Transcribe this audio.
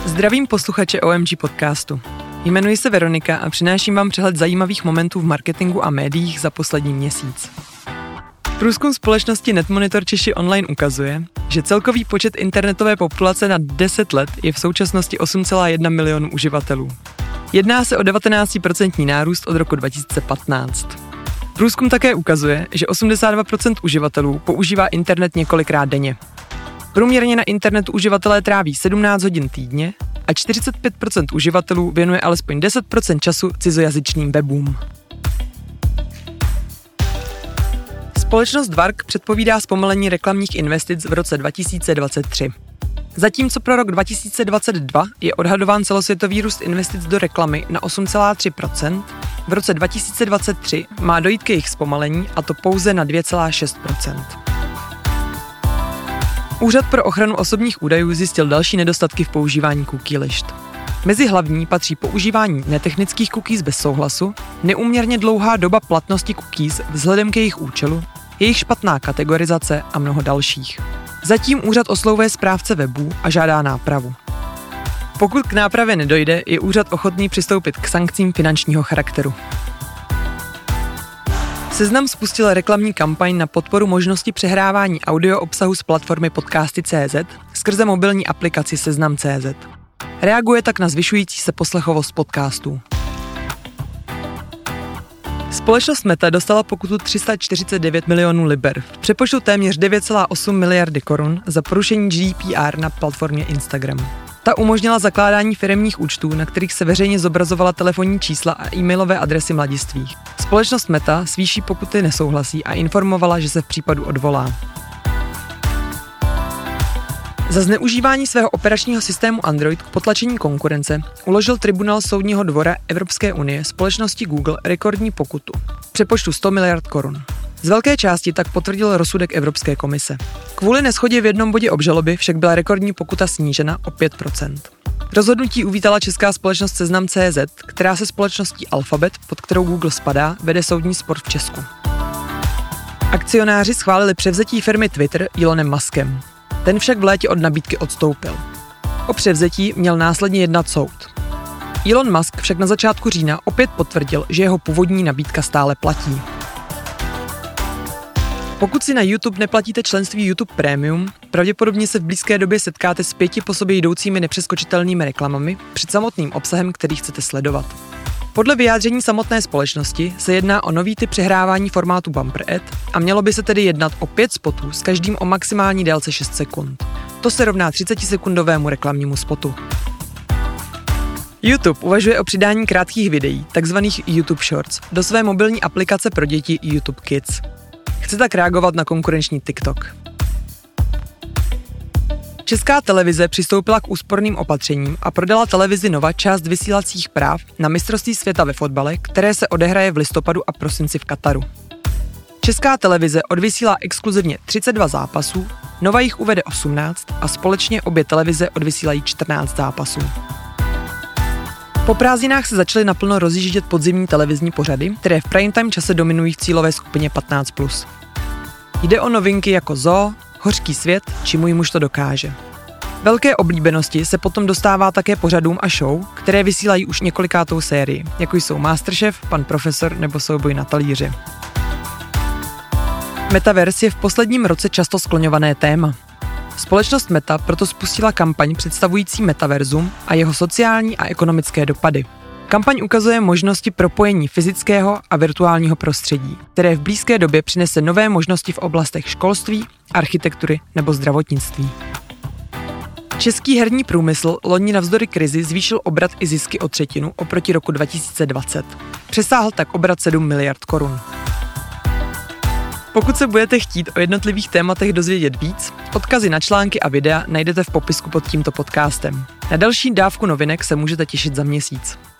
Zdravím posluchače OMG podcastu. Jmenuji se Veronika a přináším vám přehled zajímavých momentů v marketingu a médiích za poslední měsíc. Průzkum společnosti NetMonitor Češi online ukazuje, že celkový počet internetové populace na 10 let je v současnosti 8,1 milionu uživatelů. Jedná se o 19% nárůst od roku 2015. Průzkum také ukazuje, že 82% uživatelů používá internet několikrát denně. Průměrně na internetu uživatelé tráví 17 hodin týdně a 45% uživatelů věnuje alespoň 10% času cizojazyčným webům. Společnost VARK předpovídá zpomalení reklamních investic v roce 2023. Zatímco pro rok 2022 je odhadován celosvětový růst investic do reklamy na 8,3%, v roce 2023 má dojít k jejich zpomalení, a to pouze na 2,6%. Úřad pro ochranu osobních údajů zjistil další nedostatky v používání cookie list. Mezi hlavní patří používání netechnických cookies bez souhlasu, neúměrně dlouhá doba platnosti cookies vzhledem k jejich účelu, jejich špatná kategorizace a mnoho dalších. Zatím úřad oslovuje správce webů a žádá nápravu. Pokud k nápravě nedojde, je úřad ochotný přistoupit k sankcím finančního charakteru. Seznam spustil reklamní kampaň na podporu možnosti přehrávání audio obsahu z platformy Podcasty.cz skrze mobilní aplikaci Seznam.cz. Reaguje tak na zvyšující se poslechovost podcastů. Společnost Meta dostala pokutu 349 milionů liber, v přepočtu téměř 9,8 miliardy korun za porušení GDPR na platformě Instagram. Ta umožnila zakládání firemních účtů, na kterých se veřejně zobrazovala telefonní čísla a e-mailové adresy mladistvých. Společnost Meta s výší pokuty nesouhlasí a informovala, že se v případu odvolá. Za zneužívání svého operačního systému Android k potlačení konkurence uložil tribunál Soudního dvora Evropské unie společnosti Google rekordní pokutu v přepočtu 100 miliard korun. Z velké části tak potvrdil rozsudek Evropské komise. Kvůli neshodě v jednom bodě obžaloby však byla rekordní pokuta snížena o 5%. Rozhodnutí uvítala česká společnost Seznam.cz, která se společností Alphabet, pod kterou Google spadá, vede soudní spor v Česku. Akcionáři schválili převzetí firmy Twitter Elonem Muskem. Ten však v létě od nabídky odstoupil. O převzetí měl následně jednat soud. Elon Musk však na začátku října opět potvrdil, že jeho původní nabídka stále platí. Pokud si na YouTube neplatíte členství YouTube Premium, pravděpodobně se v blízké době setkáte s 5 po sobě jdoucími nepřeskočitelnými reklamami před samotným obsahem, který chcete sledovat. Podle vyjádření samotné společnosti se jedná o nový typ přehrávání formátu Bumper Ad a mělo by se tedy jednat o 5 spotů s každým o maximální délce 6 sekund. To se rovná 30-sekundovému reklamnímu spotu. YouTube uvažuje o přidání krátkých videí, takzvaných YouTube Shorts, do své mobilní aplikace pro děti YouTube Kids. Chce tak reagovat na konkurenční TikTok. Česká televize přistoupila k úsporným opatřením a prodala televizi Nova část vysílacích práv na mistrovství světa ve fotbale, které se odehraje v listopadu a prosinci v Kataru. Česká televize odvysílá exkluzivně 32 zápasů, Nova jich uvede 18 a společně obě televize odvysílají 14 zápasů. Po prázdninách se začaly naplno rozjíždět podzimní televizní pořady, které v prime time čase dominují v cílové skupině 15+. Jde o novinky jako Zoo, Hořký svět či Můj muž to dokáže. Velké oblíbenosti se potom dostává také pořadům a show, které vysílají už několikátou sérii, jako jsou Masterchef, Pan profesor nebo Souboj na talíři. Metaverse je v posledním roce často skloňované téma. Společnost Meta proto spustila kampaň představující metaverzum a jeho sociální a ekonomické dopady. Kampaň ukazuje možnosti propojení fyzického a virtuálního prostředí, které v blízké době přinese nové možnosti v oblastech školství, architektury nebo zdravotnictví. Český herní průmysl loni navzdory krizi zvýšil obrat i zisky o 1/3 oproti roku 2020. Přesáhl tak obrat 7 miliard korun. Pokud se budete chtít o jednotlivých tématech dozvědět víc, odkazy na články a videa najdete v popisku pod tímto podcastem. Na další dávku novinek se můžete těšit za měsíc.